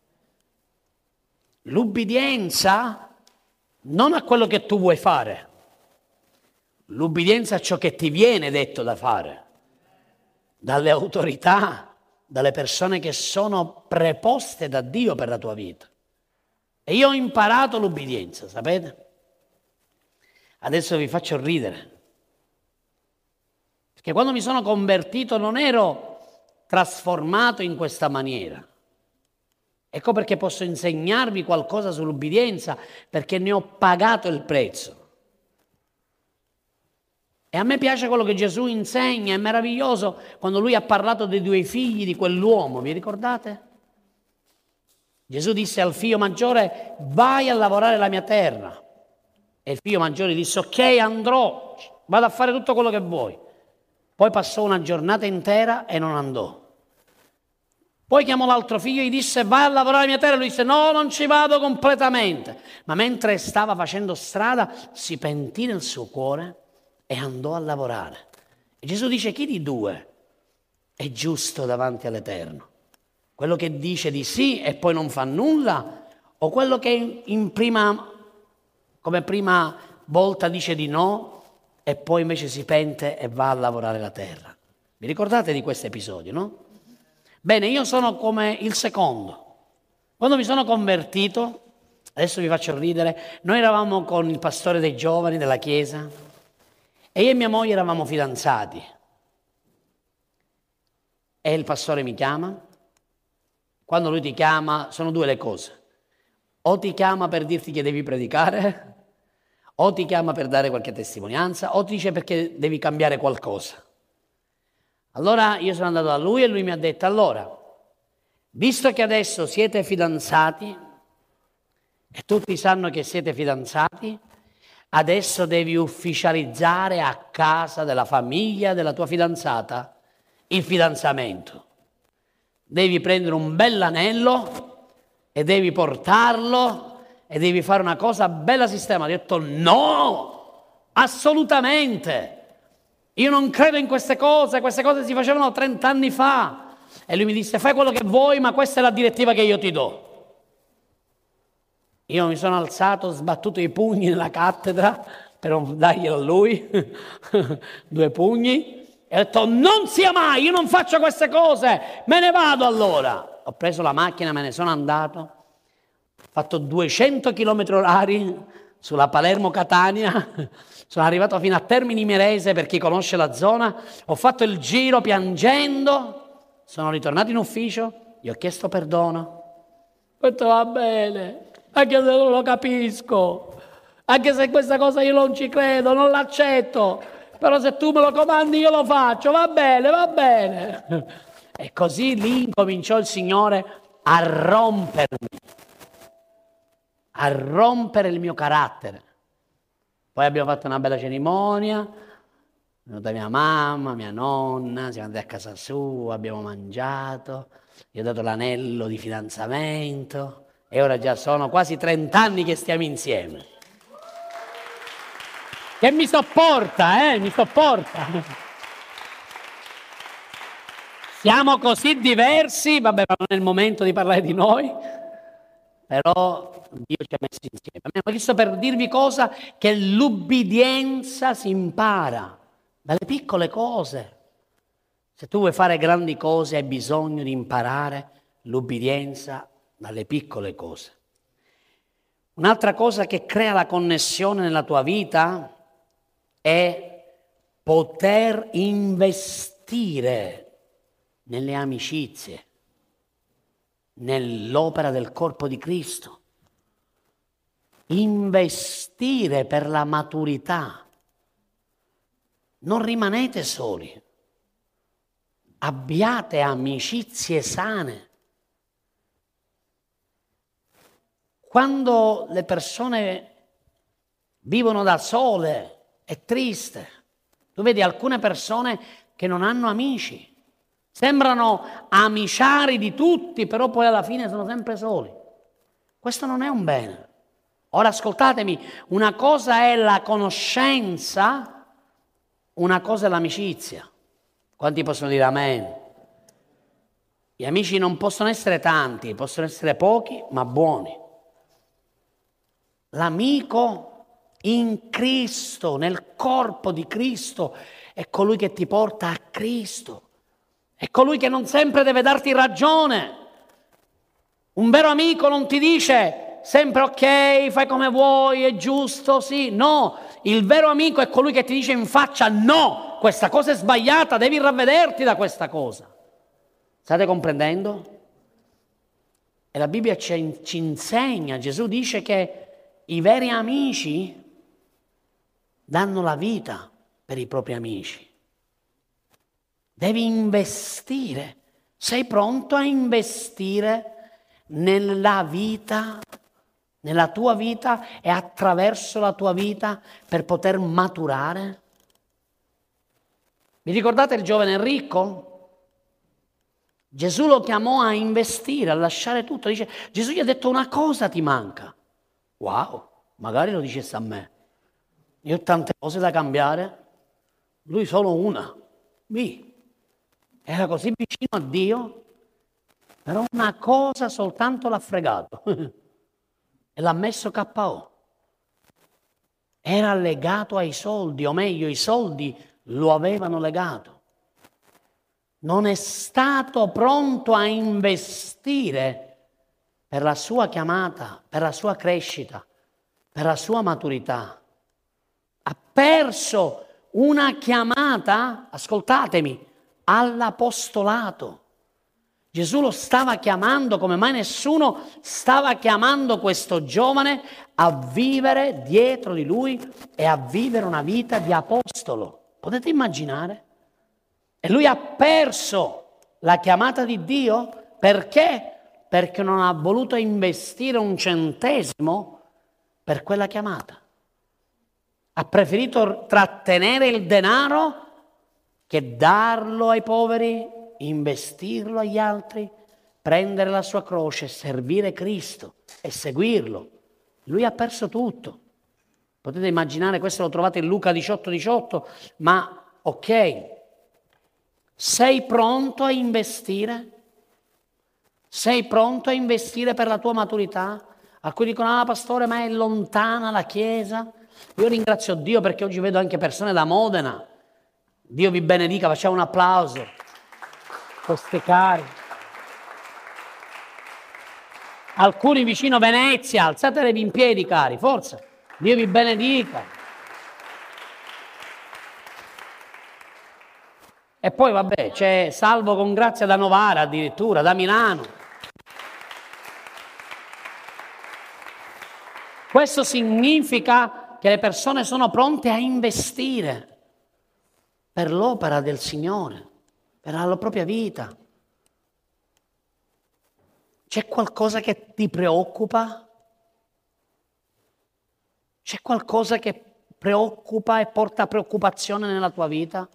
L'ubbidienza non a quello che tu vuoi fare, l'ubbidienza a ciò che ti viene detto da fare, dalle autorità, dalle persone che sono preposte da Dio per la tua vita. E io ho imparato l'ubbidienza, sapete? Adesso vi faccio ridere. Perché quando mi sono convertito non ero trasformato in questa maniera. Ecco perché posso insegnarvi qualcosa sull'ubbidienza, perché ne ho pagato il prezzo. E a me piace quello che Gesù insegna, è meraviglioso quando Lui ha parlato dei due figli di quell'uomo, vi ricordate? Gesù disse al figlio maggiore: vai a lavorare la mia terra. E il figlio maggiore disse: ok, andrò, vado a fare tutto quello che vuoi. Poi passò una giornata intera e non andò. Poi chiamò l'altro figlio e gli disse: vai a lavorare la mia terra. Lui disse: no, non ci vado completamente. Ma mentre stava facendo strada si pentì nel suo cuore e andò a lavorare. E Gesù dice: chi di due è giusto davanti all'Eterno? Quello che dice di sì e poi non fa nulla, o quello che in prima, come prima volta dice di no e poi invece si pente e va a lavorare la terra? Vi ricordate di questo episodio, no? Bene, io sono come il secondo. Quando mi sono convertito, adesso vi faccio ridere, noi eravamo con il pastore dei giovani della chiesa e io e mia moglie eravamo fidanzati. E il pastore mi chiama. Quando lui ti chiama, sono due le cose. O ti chiama per dirti che devi predicare, o ti chiama per dare qualche testimonianza, o ti dice perché devi cambiare qualcosa. Allora io sono andato da lui e lui mi ha detto: allora, visto che adesso siete fidanzati e tutti sanno che siete fidanzati, adesso devi ufficializzare a casa della famiglia della tua fidanzata il fidanzamento. Devi prendere un bell'anello e devi portarlo e devi fare una cosa bella sistema. Ha detto: no, assolutamente. Io non credo in queste cose, queste cose si facevano trent'anni fa. E lui mi disse: fai quello che vuoi, ma questa è la direttiva che io ti do. Io mi sono alzato, sbattuto i pugni nella cattedra per non darglielo a lui, due pugni. E ho detto: non sia mai, io non faccio queste cose, me ne vado allora. Ho preso la macchina, me ne sono andato, ho fatto duecento chilometri orari sulla Palermo-Catania, sono arrivato fino a Termini Imerese, per chi conosce la zona, ho fatto il giro piangendo, sono ritornato in ufficio, gli ho chiesto perdono, ho detto: va bene, anche se non lo capisco, anche se questa cosa io non ci credo, non l'accetto, però se tu me lo comandi io lo faccio, va bene, va bene. E così lì incominciò il Signore a rompermi, a rompere il mio carattere. Poi abbiamo fatto una bella cerimonia, è venuta mia mamma, mia nonna, siamo andati a casa sua, abbiamo mangiato, gli ho dato l'anello di fidanzamento e ora già sono quasi trent'anni che stiamo insieme. Che mi sopporta, eh, mi sopporta. Siamo così diversi, vabbè, non è il momento di parlare di noi, però Dio ci ha messo insieme. Abbiamo visto per dirvi cosa? Che l'ubbidienza si impara dalle piccole cose. Se tu vuoi fare grandi cose hai bisogno di imparare l'ubbidienza dalle piccole cose. Un'altra cosa che crea la connessione nella tua vita è poter investire nelle amicizie, nell'opera del corpo di Cristo. Investire per la maturità. Non rimanete soli. Abbiate amicizie sane. Quando le persone vivono da sole, è triste. Tu vedi alcune persone che non hanno amici. Sembrano amiciari di tutti, però poi alla fine sono sempre soli. Questo non è un bene. Ora ascoltatemi, una cosa è la conoscenza, una cosa è l'amicizia. Quanti possono dire amen? Gli amici non possono essere tanti, possono essere pochi, ma buoni. L'amico in Cristo, nel corpo di Cristo, è colui che ti porta a Cristo. È colui che non sempre deve darti ragione. Un vero amico non ti dice sempre ok, fai come vuoi, è giusto, sì, no. Il vero amico è colui che ti dice in faccia no, questa cosa è sbagliata, devi ravvederti da questa cosa. State comprendendo? E la Bibbia ci, ci insegna, Gesù dice che i veri amici danno la vita per i propri amici. Devi investire. Sei pronto a investire nella vita, nella tua vita e attraverso la tua vita per poter maturare? Vi ricordate il giovane ricco? Gesù lo chiamò a investire, a lasciare tutto. Dice, Gesù gli ha detto una cosa ti manca. Wow, magari lo dicesse a me. Io ho tante cose da cambiare, lui solo una. Lì. Era così vicino a Dio, però una cosa soltanto l'ha fregato e l'ha messo K O. Era legato ai soldi, o meglio, i soldi lo avevano legato. Non è stato pronto a investire per la sua chiamata, per la sua crescita, per la sua maturità. Ha perso una chiamata, ascoltatemi, all'apostolato. Gesù lo stava chiamando come mai nessuno stava chiamando questo giovane a vivere dietro di lui e a vivere una vita di apostolo. Potete immaginare? E lui ha perso la chiamata di Dio perché? Perché non ha voluto investire un centesimo per quella chiamata. Ha preferito trattenere il denaro che darlo ai poveri, investirlo agli altri, prendere la sua croce, servire Cristo e seguirlo. Lui ha perso tutto. Potete immaginare, questo lo trovate in Luca diciotto diciotto, ma ok, sei pronto a investire? Sei pronto a investire per la tua maturità? Alcuni dicono, ah pastore, ma è lontana la chiesa. Io ringrazio Dio perché oggi vedo anche persone da Modena. Dio vi benedica, facciamo un applauso. Questi cari. Alcuni vicino Venezia, alzatevi in piedi cari, forza. Dio vi benedica. E poi vabbè, c'è Salvo con grazia da Novara addirittura, da Milano. Questo significa che le persone sono pronte a investire per l'opera del Signore, per la propria vita. C'è qualcosa che ti preoccupa? C'è qualcosa che preoccupa e porta preoccupazione nella tua vita?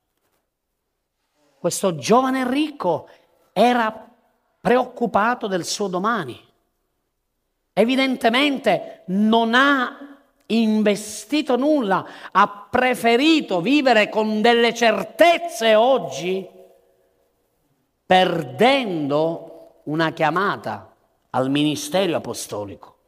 Questo giovane ricco era preoccupato del suo domani. Evidentemente non ha investito nulla, ha preferito vivere con delle certezze oggi, perdendo una chiamata al ministero apostolico.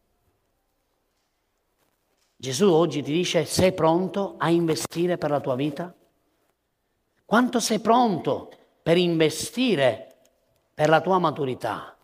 Gesù oggi ti dice, sei pronto a investire per la tua vita? Quanto sei pronto per investire per la tua maturità?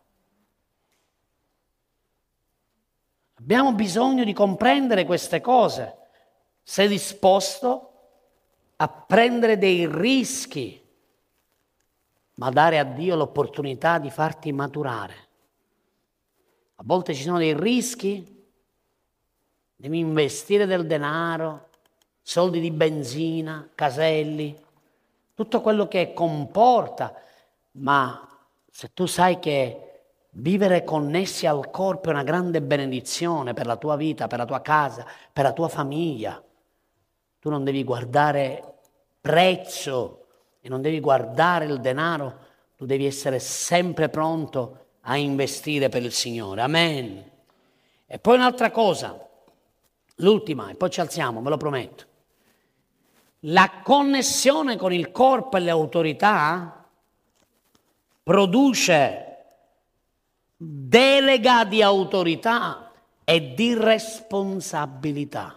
Abbiamo bisogno di comprendere queste cose. Sei disposto a prendere dei rischi, ma dare a Dio l'opportunità di farti maturare. A volte ci sono dei rischi, devi investire del denaro, soldi di benzina, caselli, tutto quello che comporta, ma se tu sai che vivere connessi al corpo è una grande benedizione per la tua vita, per la tua casa, per la tua famiglia, tu non devi guardare prezzo e non devi guardare il denaro, tu devi essere sempre pronto a investire per il Signore. Amen. E poi un'altra cosa, l'ultima, e poi ci alziamo, ve lo prometto. La connessione con il corpo e le autorità produce delega di autorità e di responsabilità.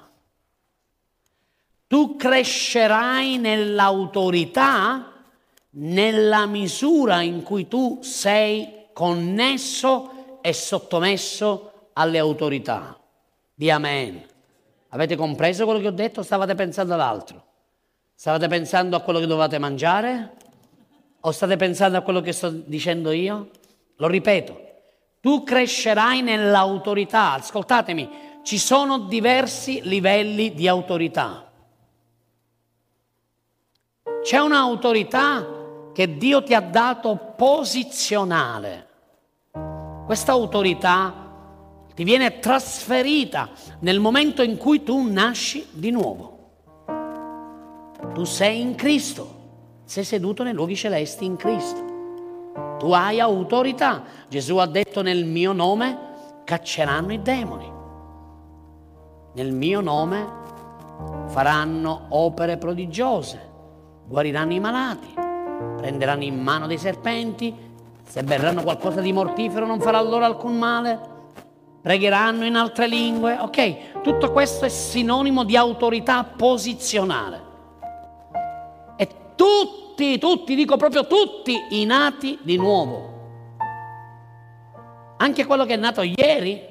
Tu crescerai nell'autorità nella misura in cui tu sei connesso e sottomesso alle autorità. Di amen. Avete compreso quello che ho detto? Stavate pensando ad altro? Stavate pensando a quello che dovevate mangiare? O state pensando a quello che sto dicendo io? Lo ripeto, tu crescerai nell'autorità. Ascoltatemi, ci sono diversi livelli di autorità. C'è un'autorità che Dio ti ha dato posizionale. Questa autorità ti viene trasferita nel momento in cui tu nasci di nuovo. Tu sei in Cristo, sei seduto nei luoghi celesti in Cristo. Tu hai autorità. Gesù ha detto: nel mio nome cacceranno i demoni. Nel mio nome faranno opere prodigiose, guariranno i malati, prenderanno in mano dei serpenti, se berranno qualcosa di mortifero non farà loro alcun male, pregheranno in altre lingue. Ok, tutto questo è sinonimo di autorità posizionale. E tutti, tutti, dico proprio tutti, i nati di nuovo, anche quello che è nato ieri,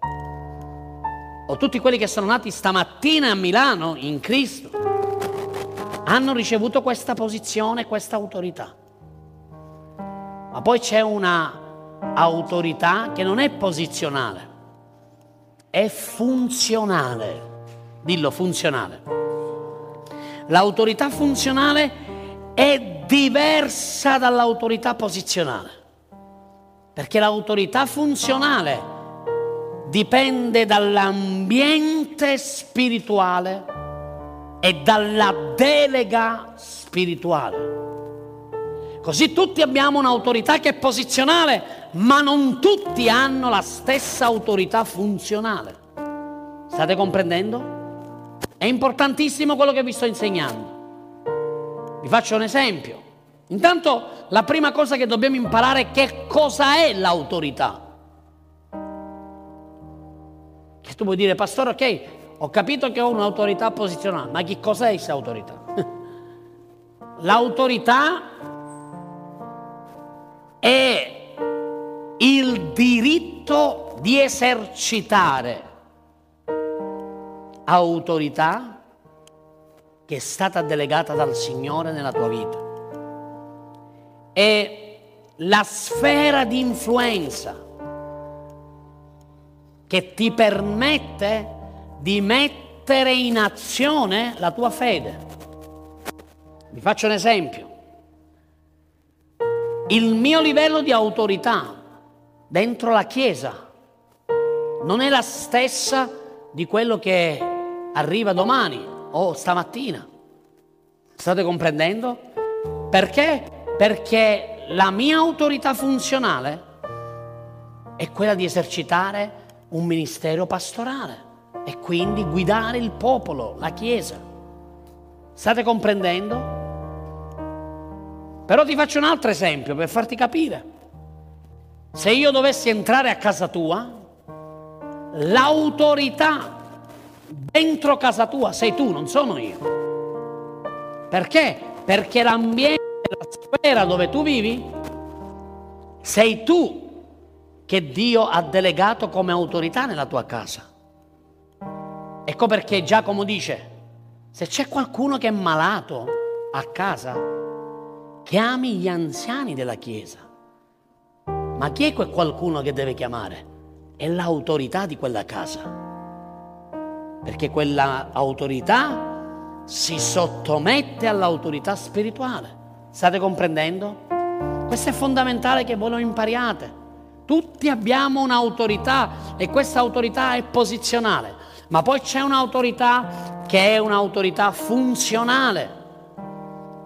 o tutti quelli che sono nati stamattina a Milano in Cristo, hanno ricevuto questa posizione, questa autorità. Ma poi c'è una autorità che non è posizionale, è funzionale. Dillo, funzionale. L'autorità funzionale è diversa dall'autorità posizionale, perché l'autorità funzionale dipende dall'ambiente spirituale e dalla delega spirituale. Così tutti abbiamo un'autorità che è posizionale, ma non tutti hanno la stessa autorità funzionale. State comprendendo? È importantissimo quello che vi sto insegnando. Vi faccio un esempio. Intanto la prima cosa che dobbiamo imparare è che cosa è l'autorità. Che tu puoi dire: pastore, ok, ho capito che ho un'autorità posizionale, ma che cosa è questa autorità? L'autorità è il diritto di esercitare autorità che è stata delegata dal Signore nella tua vita. È la sfera di influenza che ti permette di mettere in azione la tua fede. Vi faccio un esempio. Il mio livello di autorità dentro la Chiesa non è la stessa di quello che arriva domani o stamattina. State comprendendo? Perché? Perché la mia autorità funzionale è quella di esercitare un ministero pastorale e quindi guidare il popolo, la Chiesa. State comprendendo? Però ti faccio un altro esempio per farti capire. Se io dovessi entrare a casa tua, l'autorità dentro casa tua sei tu, non sono io. Perché? Perché l'ambiente, la sfera dove tu vivi, sei tu che Dio ha delegato come autorità nella tua casa. Ecco perché Giacomo dice: se c'è qualcuno che è malato a casa, chiami gli anziani della Chiesa. Ma chi è quel qualcuno che deve chiamare? È l'autorità di quella casa, perché quella autorità si sottomette all'autorità spirituale. State comprendendo? Questo è fondamentale che voi lo impariate. Tutti abbiamo un'autorità e questa autorità è posizionale, ma poi c'è un'autorità che è un'autorità funzionale.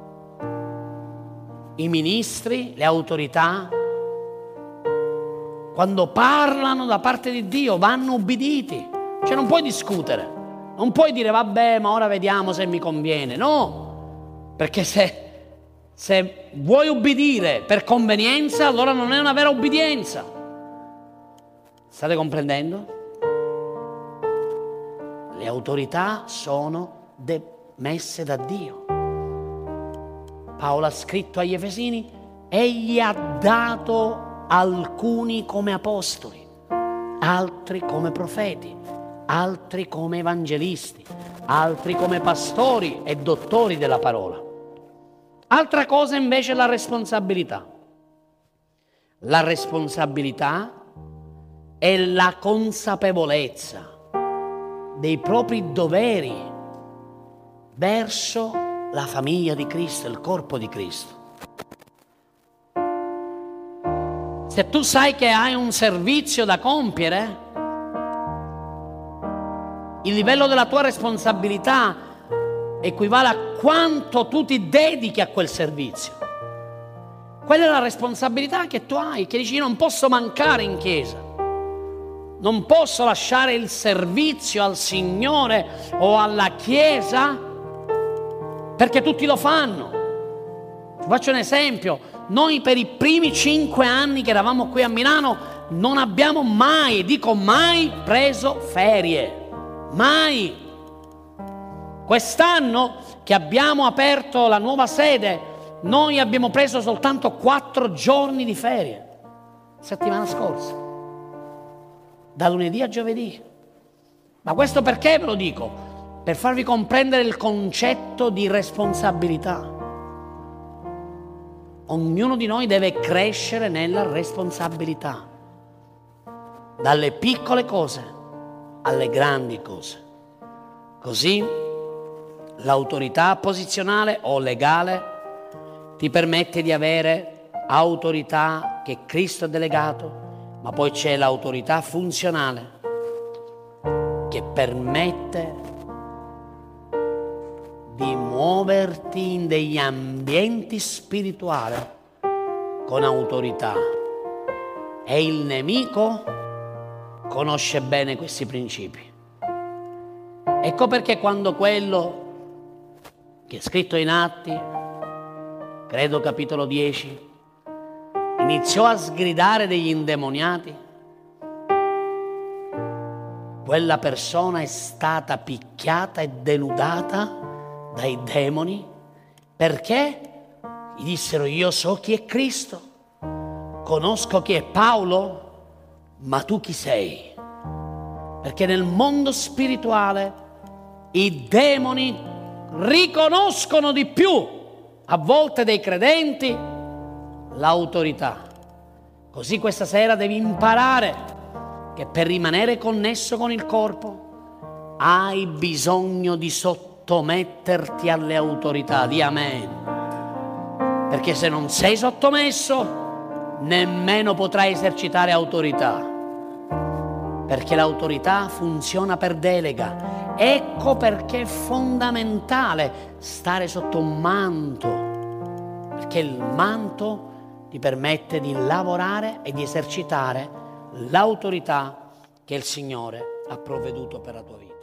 I ministri, le autorità quando parlano da parte di Dio vanno ubbiditi. Cioè non puoi discutere, non puoi dire vabbè ma ora vediamo se mi conviene, no, perché se, se vuoi ubbidire per convenienza allora non è una vera ubbidienza. State comprendendo? Le autorità sono de- messe da Dio. Paolo ha scritto agli Efesini: egli ha dato alcuni come apostoli, altri come profeti, altri come evangelisti, altri come pastori e dottori della parola. Altra cosa invece è la responsabilità. La responsabilità è la consapevolezza dei propri doveri verso la famiglia di Cristo, il corpo di Cristo. Se tu sai che hai un servizio da compiere, il livello della tua responsabilità equivale a quanto tu ti dedichi a quel servizio. Quella è la responsabilità che tu hai, che dici: io non posso mancare in chiesa, non posso lasciare il servizio al Signore o alla Chiesa perché tutti lo fanno. Ti faccio un esempio: noi per i primi cinque anni che eravamo qui a Milano non abbiamo mai, dico mai, preso ferie. Mai. Quest'anno che abbiamo aperto la nuova sede, noi abbiamo preso soltanto quattro giorni di ferie, settimana scorsa, da lunedì a giovedì. Ma questo perché ve lo dico? Per farvi comprendere il concetto di responsabilità. Ognuno di noi deve crescere nella responsabilità, dalle piccole cose alle grandi cose. Così l'autorità posizionale o legale ti permette di avere autorità che Cristo ha delegato, ma poi c'è l'autorità funzionale che permette di muoverti in degli ambienti spirituali con autorità. E il nemico conosce bene questi principi. Ecco perché quando quello che è scritto in Atti, credo capitolo dieci, iniziò a sgridare degli indemoniati, quella persona è stata picchiata e denudata dai demoni, perché gli dissero: io so chi è Cristo, conosco chi è Paolo, ma tu chi sei? Perché nel mondo spirituale i demoni riconoscono di più, a volte dei credenti, l'autorità. Così questa sera devi imparare che per rimanere connesso con il corpo hai bisogno di sottometterti alle autorità. Di amen. Perché se non sei sottomesso, nemmeno potrai esercitare autorità, perché l'autorità funziona per delega. Ecco perché è fondamentale stare sotto un manto, perché il manto ti permette di lavorare e di esercitare l'autorità che il Signore ha provveduto per la tua vita.